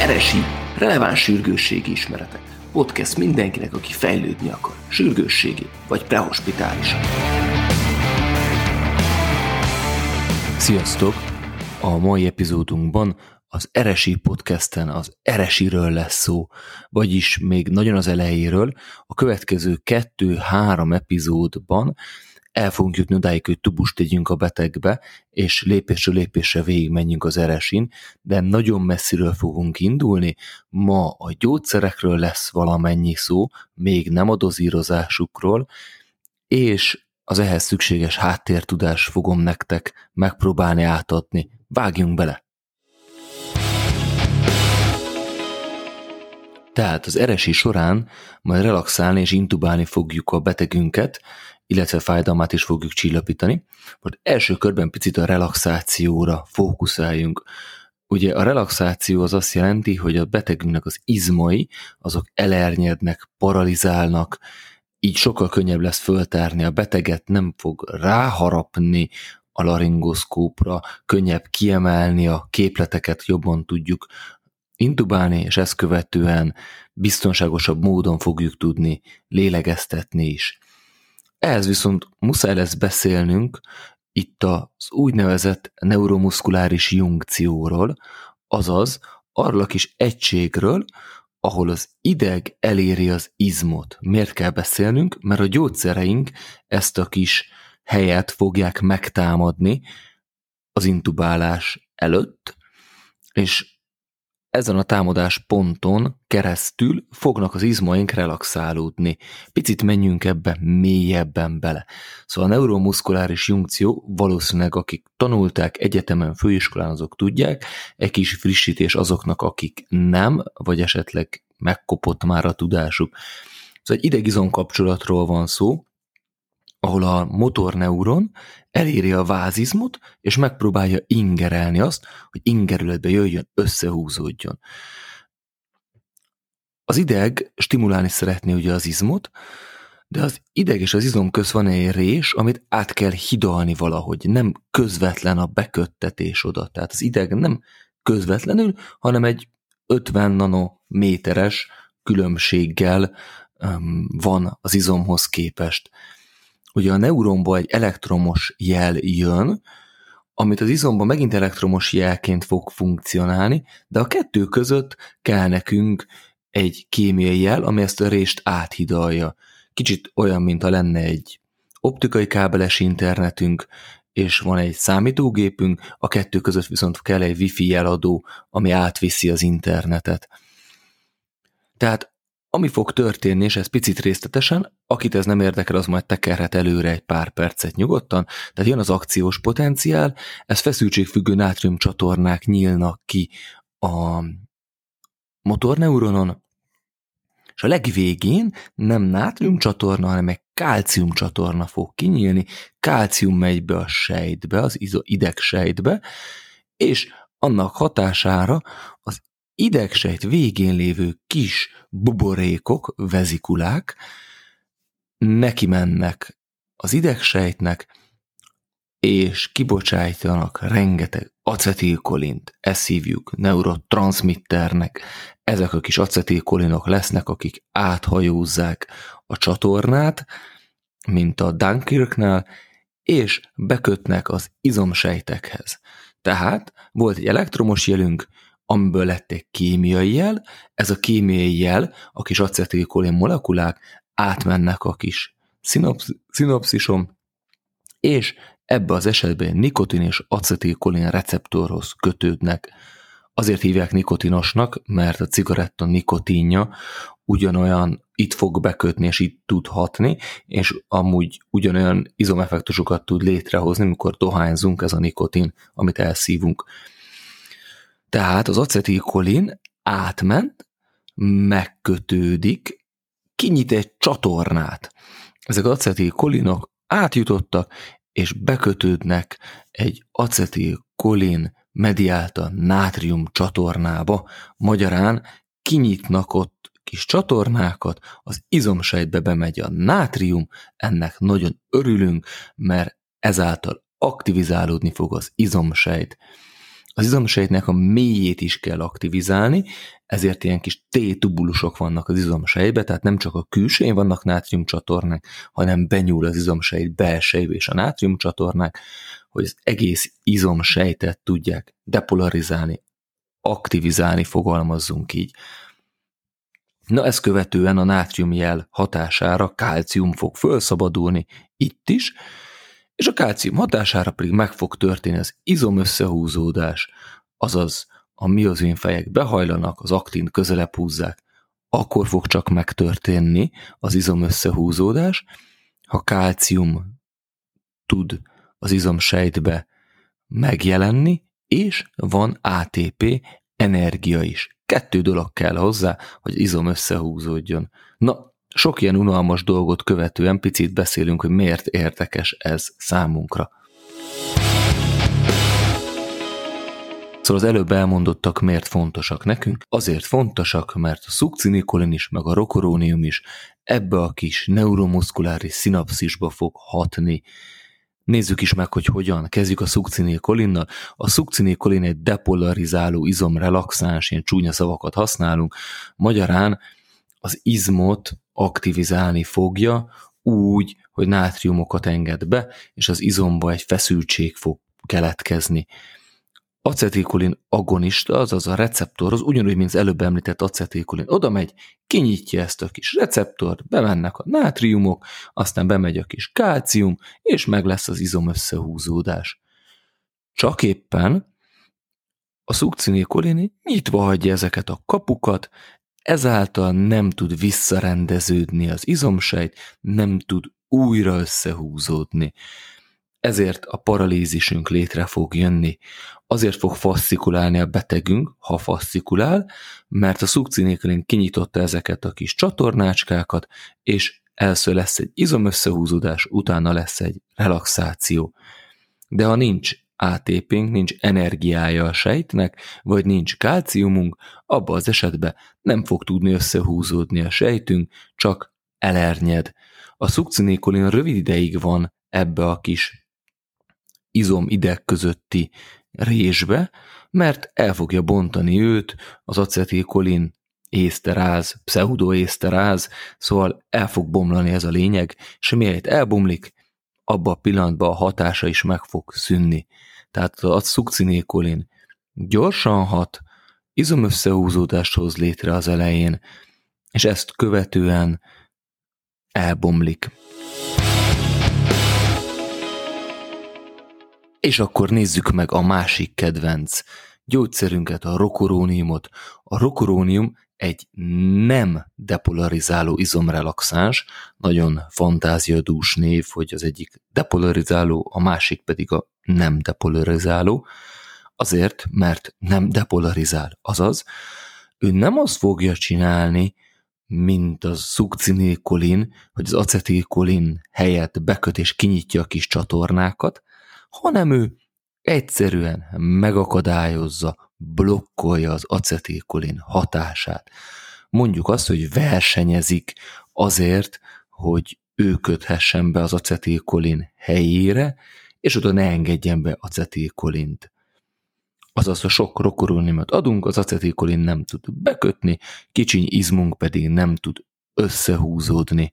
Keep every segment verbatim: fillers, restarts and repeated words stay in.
Eresi, releváns sürgősségi ismeretek. Podcast mindenkinek, aki fejlődni akar, sürgősségi vagy prehospitálisan. Sziasztok! A mai epizódunkban az Eresi podcasten az Eresiről lesz szó, vagyis még nagyon az elejéről. A következő kettő-három epizódban el fogunk jutni odáig, hogy tubust tegyünk a betegbe, és lépésről lépésre végigmenjünk az Eresin, de nagyon messziről fogunk indulni. Ma a gyógyszerekről lesz valamennyi szó, még nem a dozírozásukról, és az ehhez szükséges háttértudást fogom nektek megpróbálni átadni. Vágjunk bele! Tehát az Eresi során majd relaxálni és intubálni fogjuk a betegünket, illetve fájdalmát is fogjuk csillapítani. Most első körben picit a relaxációra fókuszáljunk. Ugye a relaxáció az azt jelenti, hogy a betegünknek az izmai, azok elernyednek, paralizálnak, így sokkal könnyebb lesz föltárni a beteget, nem fog ráharapni a laringoszkópra, könnyebb kiemelni a képleteket, jobban tudjuk intubálni, és ezt követően biztonságosabb módon fogjuk tudni lélegeztetni is. Ehhez viszont muszáj lesz beszélnünk itt az úgynevezett neuromuszkuláris junkcióról, azaz arról a kis egységről, ahol az ideg eléri az izmot. Miért kell beszélnünk? Mert a gyógyszereink ezt a kis helyet fogják megtámadni az intubálás előtt, és ezen a támadás ponton keresztül fognak az izmaink relaxálódni. Picit menjünk ebbe mélyebben bele. Szóval a neuromuszkuláris junkció, valószínűleg akik tanulták egyetemen, főiskolán, azok tudják, egy kis frissítés azoknak, akik nem, vagy esetleg megkopott már a tudásuk. Szóval egy ideg-izom kapcsolatról van szó, ahol a motorneuron eléri a vázizmot, és megpróbálja ingerelni azt, hogy ingerületbe jöjjön, összehúzódjon. Az ideg stimulálni szeretné ugye az izmot, de az ideg és az izom közt van egy rés, amit át kell hidalni valahogy, nem közvetlen a beköttetés oda. Tehát az ideg nem közvetlenül, hanem egy ötven nanométeres különbséggel um, van az izomhoz képest. Ugye a neuronból egy elektromos jel jön, amit az izomban megint elektromos jelként fog funkcionálni, de a kettő között kell nekünk egy kémiai jel, ami ezt a rést áthidalja. Kicsit olyan, mintha lenne egy optikai kábeles internetünk, és van egy számítógépünk, a kettő között viszont kell egy wifi jeladó, ami átviszi az internetet. Tehát ami fog történni, és ez picit részletesen, akit ez nem érdekel, az majd tekerhet előre egy pár percet nyugodtan, tehát jön az akciós potenciál, ez feszültségfüggő nátriumcsatornák nyílnak ki a motorneuronon, és a legvégén nem nátriumcsatorna, hanem egy kálciumcsatorna fog kinyílni, kálcium megy be a sejtbe, az idegsejtbe, és annak hatására az idegsejt végén lévő kis buborékok, vezikulák neki mennek az idegsejtnek, és kibocsájtanak rengeteg acetilkolint, ezt hívjuk neurotranszmitternek. Ezek a kis acetilkolinok lesznek, akik áthajózzák a csatornát, mint a Dunkirknál, és bekötnek az izomsejtekhez. Tehát volt egy elektromos jelünk, amiből lett egy kémiai jel, ez a kémiai jel, a kis acetilkolin molekulák átmennek a kis szinopsz, szinopszison, és ebbe az esetben nikotin és acetilkolin receptorhoz kötődnek. Azért hívják nikotinosnak, mert a cigaretta nikotinja ugyanolyan itt fog bekötni, és itt tud hatni, és amúgy ugyanolyan izomeffektusokat tud létrehozni, amikor dohányzunk, ez a nikotin, amit elszívunk. Tehát az acetilkolin átment, megkötődik, kinyit egy csatornát. Ezek az acetilkolinok átjutottak, és bekötődnek egy acetilkolin mediálta nátrium csatornába, magyarán kinyitnak ott kis csatornákat, az izomsejtbe bemegy a nátrium, ennek nagyon örülünk, mert ezáltal aktivizálódni fog az izomsejt. Az izomsejtnek a mélyét is kell aktivizálni, ezért ilyen kis T-tubulusok vannak az izomsejtbe, tehát nem csak a külsején vannak nátriumcsatornák, hanem benyúl az izomsejt belsejébe és a nátriumcsatornák, hogy az egész izomsejtet tudják depolarizálni, aktivizálni, fogalmazzunk így. Na ezt követően a nátriumjel hatására kálcium fog felszabadulni itt is, és a kálcium hatására pedig meg fog történni az izomösszehúzódás, azaz a miozinfejek behajlanak, az aktint közelebb húzzák, akkor fog csak megtörténni az izomösszehúzódás, ha kálcium tud az izomsejtbe megjelenni, és van á té pé energia is. Kettő dolog kell hozzá, hogy izom összehúzódjon. Na, sok ilyen unalmas dolgot követően picit beszélünk, hogy miért érdekes ez számunkra. Szóval az előbb elmondottak miért fontosak nekünk? Azért fontosak, mert a szukcinikolin is, meg a rokorónium is ebbe a kis neuromuszkuláris szinapszisba fog hatni. Nézzük is meg, hogy hogyan. Kezdjük a szukcinikolinnal. A szukcinikolin egy depolarizáló izomrelaxáns, ilyen csúnya szavakat használunk. Magyarán az izmot aktivizálni fogja úgy, hogy nátriumokat enged be, és az izomba egy feszültség fog keletkezni. Acetilkolin agonista, azaz a receptorhoz, ugyanúgy, mint az előbb említett acetilkolin, oda megy, kinyitja ezt a kis receptort, bemennek a nátriumok, aztán bemegy a kis kálcium, és meg lesz az izom összehúzódás. Csak éppen a szukcinikolin nyitva hagyja ezeket a kapukat, ezáltal nem tud visszarendeződni az izomsejt, nem tud újra összehúzódni. Ezért a paralízisünk létre fog jönni. Azért fog faszcikulálni a betegünk, ha faszcikulál, mert a szukcinikolin kinyitotta ezeket a kis csatornácskákat, és először lesz egy izomösszehúzódás, utána lesz egy relaxáció. De ha nincs á té pénk, nincs energiája a sejtnek, vagy nincs kálciumunk, abban az esetben nem fog tudni összehúzódni a sejtünk, csak elernyed. A szukcinikolin rövid ideig van ebbe a kis izomideg közötti résbe, mert el fogja bontani őt az acetilkolin észteráz, pseudoészteráz, szóval el fog bomlani ez a lényeg, és mielőtt elbomlik, abban a pillanatban a hatása is meg fog szűnni. Tehát a szukcinikolin gyorsan hat, izomösszehúzódást hoz létre az elején, és ezt követően elbomlik. És akkor nézzük meg a másik kedvenc gyógyszerünket, a rokoróniumot. A rokorónium egy nem depolarizáló izomrelaxáns, nagyon fantáziadús név, hogy az egyik depolarizáló, a másik pedig a nem depolarizáló, azért, mert nem depolarizál. Azaz, ő nem azt fogja csinálni, mint a szukcinikolin, hogy az acetilkolin helyett beköt és kinyitja a kis csatornákat, hanem ő egyszerűen megakadályozza, blokkolja az acetilkolin hatását. Mondjuk azt, hogy versenyezik azért, hogy ő köthessen be az acetilkolin helyére, és oda ne engedjen be acetilkolint. Azaz, ha sok rokoróniumot adunk, az acetilkolin nem tud bekötni, kicsiny izmunk pedig nem tud összehúzódni.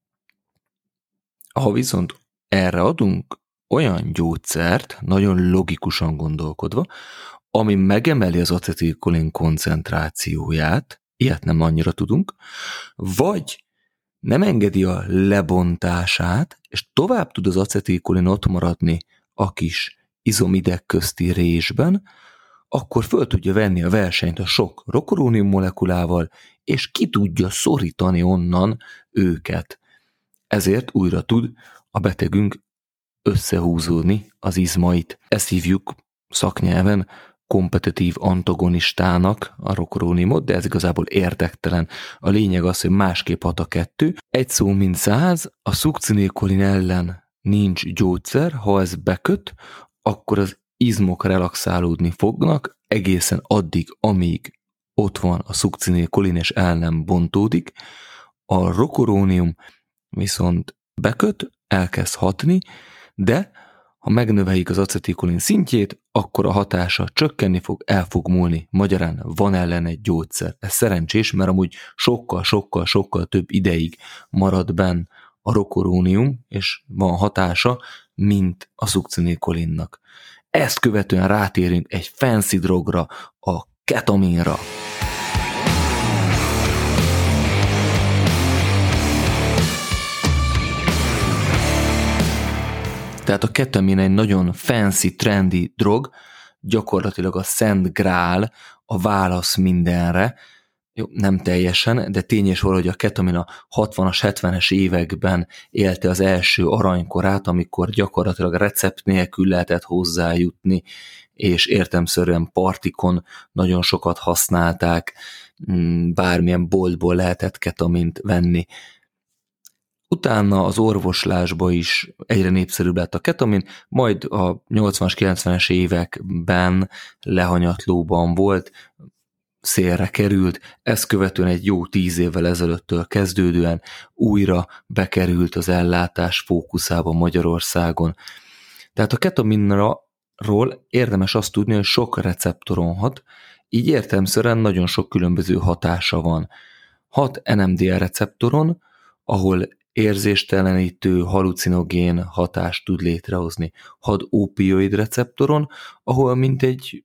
Ha viszont erre adunk olyan gyógyszert, nagyon logikusan gondolkodva, ami megemeli az acetilkolin koncentrációját, ilyet nem annyira tudunk, vagy nem engedi a lebontását, és tovább tud az acetilkolin ott maradni a kis izomideg közti résben, akkor föl tudja venni a versenyt a sok rokorónium molekulával, és ki tudja szorítani onnan őket. Ezért újra tud a betegünk összehúzódni az izmait. Ezt hívjuk szaknyelven kompetitív antagonistának a rokoróniumot, de ez igazából érdektelen. A lényeg az, hogy másképp hat a kettő. Egy szó mint száz, a szukcinikolin ellen nincs gyógyszer, ha ez beköt, akkor az izmok relaxálódni fognak egészen addig, amíg ott van a szukcinikolin és el nem bontódik. A rokorónium viszont beköt, elkezd hatni, de Ha megnöveljük az acetilkolin szintjét, akkor a hatása csökkenni fog, el fog múlni. Magyarán van ellen egy gyógyszer. Ez szerencsés, mert amúgy sokkal, sokkal, sokkal több ideig marad benn a rokorónium, és van hatása, mint a szukcinilkolinnak. Ezt követően rátérünk egy fancy drogra, a ketaminra. Tehát a ketamin egy nagyon fancy, trendy drog, gyakorlatilag a szent grál, a válasz mindenre. Jó, nem teljesen, de tény és való, hogy a ketamin a hatvanas, hetvenes években élte az első aranykorát, amikor gyakorlatilag recept nélkül lehetett hozzájutni, és értelemszerűen partikon nagyon sokat használták, bármilyen boltból lehetett ketamint venni. Utána az orvoslásba is egyre népszerűbb lett a ketamin, majd a nyolcvanas, kilencvenes években lehanyatlóban volt, szélre került, ezt követően egy jó tíz évvel ezelőttől kezdődően újra bekerült az ellátás fókuszába Magyarországon. Tehát a ketaminról érdemes azt tudni, hogy sok receptoron hat, így értelemszerűen nagyon sok különböző hatása van. Hat en em dé er receptoron, ahol érzéstelenítő, halucinogén hatást tud létrehozni. Hat opioid receptoron, ahol mintegy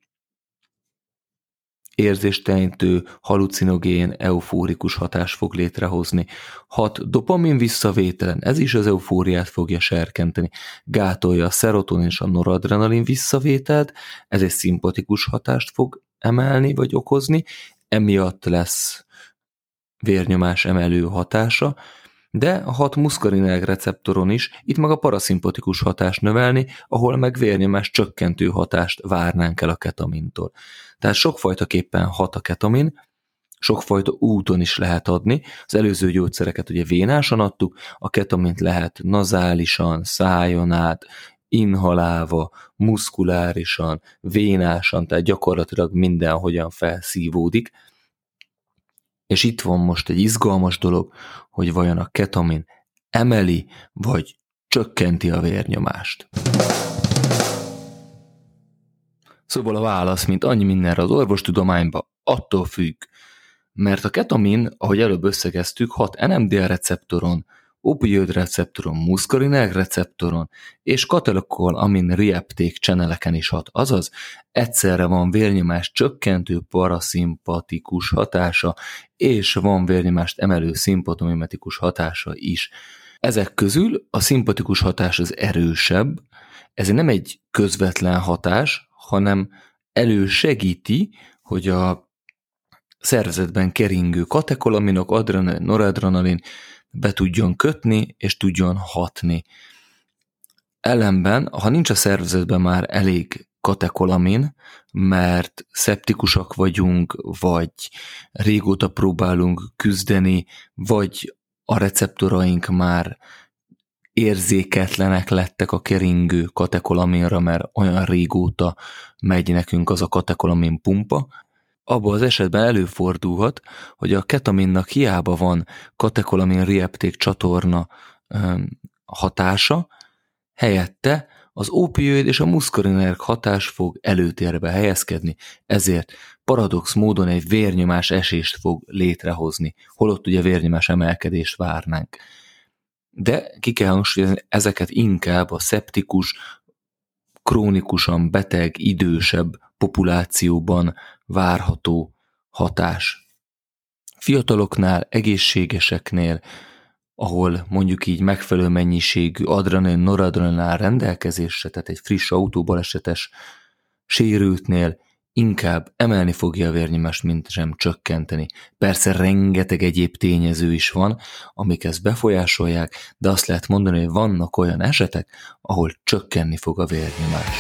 érzéstelenítő, halucinogén, eufórikus hatást fog létrehozni. Hat dopamin visszavételen, ez is az eufóriát fogja serkenteni. Gátolja a szerotonin és a noradrenalin visszavételt, ez egy szimpatikus hatást fog emelni vagy okozni, emiatt lesz vérnyomás emelő hatása, de a hat muszkarinerg receptoron is, itt meg a paraszimpatikus hatást növelni, ahol meg vérnyomás csökkentő hatást várnánk el a ketamintól. Tehát sokfajtaképpen hat a ketamin, sokfajta úton is lehet adni. Az előző gyógyszereket ugye vénásan adtuk, a ketamint lehet nazálisan, szájon át, inhalálva, muszkulárisan, vénásan, tehát gyakorlatilag mindenhogyan felszívódik. És itt van most egy izgalmas dolog, hogy vajon a ketamin emeli, vagy csökkenti a vérnyomást. Szóval a válasz, mint annyi mindenre az orvostudományban, attól függ, mert a ketamin, ahogy előbb összegeztük, hat en em dé er receptoron, opioid receptoron, muszkarinerg receptoron és katalekol-amin reuptake channeleken is hat, azaz egyszerre van vérnyomás csökkentő paraszimpatikus hatása, és van vérnyomást emelő szimpatomimetrikus hatása is. Ezek közül a szimpatikus hatás az erősebb, ez nem egy közvetlen hatás, hanem elősegíti, hogy a szervezetben keringő katekolaminok, adrenalin, noradrenalin be tudjon kötni, és tudjon hatni. Ellenben, ha nincs a szervezetben már elég katekolamin, mert szeptikusak vagyunk, vagy régóta próbálunk küzdeni, vagy a receptoraink már érzéketlenek lettek a keringő katekolaminra, mert olyan régóta megy nekünk az a katekolamin pumpa, abban az esetben előfordulhat, hogy a ketaminnak hiába van katekolamin reuptake csatorna hatása, helyette az opioid és a muszkarinerg hatás fog előtérbe helyezkedni, ezért paradox módon egy vérnyomás esést fog létrehozni, holott ugye vérnyomás emelkedést várnánk. De ki kell hangsúlyozni, ezeket inkább a szeptikus, krónikusan beteg, idősebb populációban várható hatás. Fiataloknál, egészségeseknél, ahol mondjuk így megfelelő mennyiségű adrenalin, noradrenalin áll rendelkezésre, tehát egy friss autóbalesetes sérültnél inkább emelni fogja a vérnyomást, mint sem csökkenteni. Persze rengeteg egyéb tényező is van, amik ezt befolyásolják, de azt lehet mondani, hogy vannak olyan esetek, ahol csökkenni fog a vérnyomás.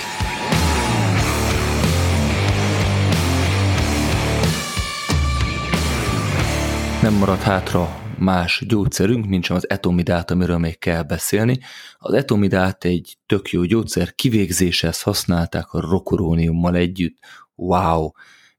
Nem marad hátra más gyógyszerünk, mint sem az etomidát, amiről még kell beszélni. Az etomidát egy tök jó gyógyszer, kivégzéshez használták a rokoróniummal együtt. Wow!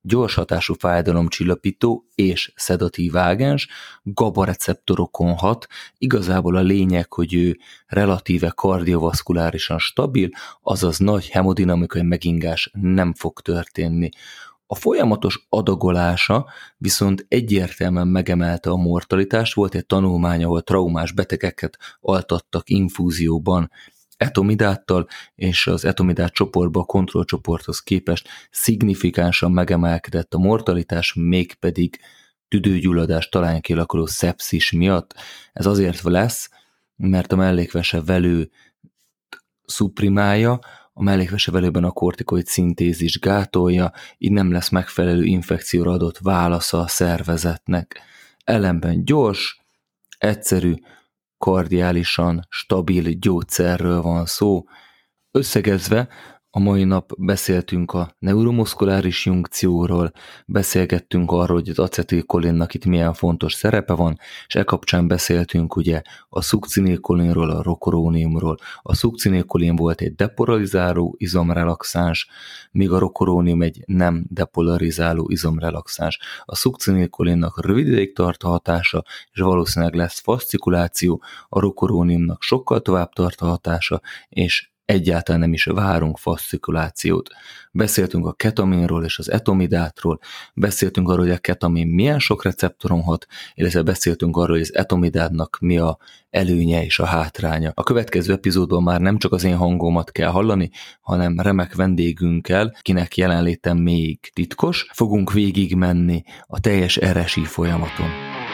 gyors hatású fájdalomcsillapító és szedatív ágens, GABA receptorokon hat, igazából a lényeg, hogy ő relatíve kardiovaszkulárisan stabil, azaz nagy hemodinamikai megingás nem fog történni. A folyamatos adagolása viszont egyértelműen megemelte a mortalitást, volt egy tanulmány, ahol traumás betegeket altattak infúzióban etomidáttal, és az etomidát csoportban a kontrollcsoporthoz képest szignifikánsan megemelkedett a mortalitás, mégpedig tüdőgyulladás, talán kialakuló szepszis miatt. Ez azért lesz, mert a mellékvese velő szuprimálja, a mellékvese velőben a kortikoid szintézis gátolja, így nem lesz megfelelő infekcióra adott válasza a szervezetnek. Ellenben gyors, egyszerű, kardiálisan stabil gyógyszerről van szó. Összegezve, a mai nap beszéltünk a neuromuszkuláris junkcióról, beszélgettünk arról, hogy az acetilkolinnak itt milyen fontos szerepe van, és e kapcsán beszéltünk ugye a szukcinilkolinról, a rokoróniumról. A szukcinilkolin volt egy depolarizáló izomrelaxáns, míg a rokorónium egy nem depolarizáló izomrelaxáns. A szukcinilkolinnak rövid ideig tart a hatása, és valószínűleg lesz faszcikuláció, a rokoróniumnak sokkal tovább tart a hatása, és egyáltalán nem is várunk faszcikulációt. Beszéltünk a ketaminról és az etomidátról, beszéltünk arról, hogy a ketamin milyen sok receptoron hat, illetve beszéltünk arról, hogy az etomidátnak mi a előnye és a hátránya. A következő epizódban már nem csak az én hangomat kell hallani, hanem remek vendégünkkel, kinek jelenlétem még titkos, fogunk végigmenni a teljes er es i folyamaton.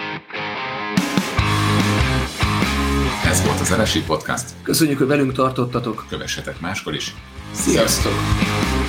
Ez volt az er es i Podcast. Köszönjük, hogy velünk tartottatok. Kövessetek máskor is. Sziasztok!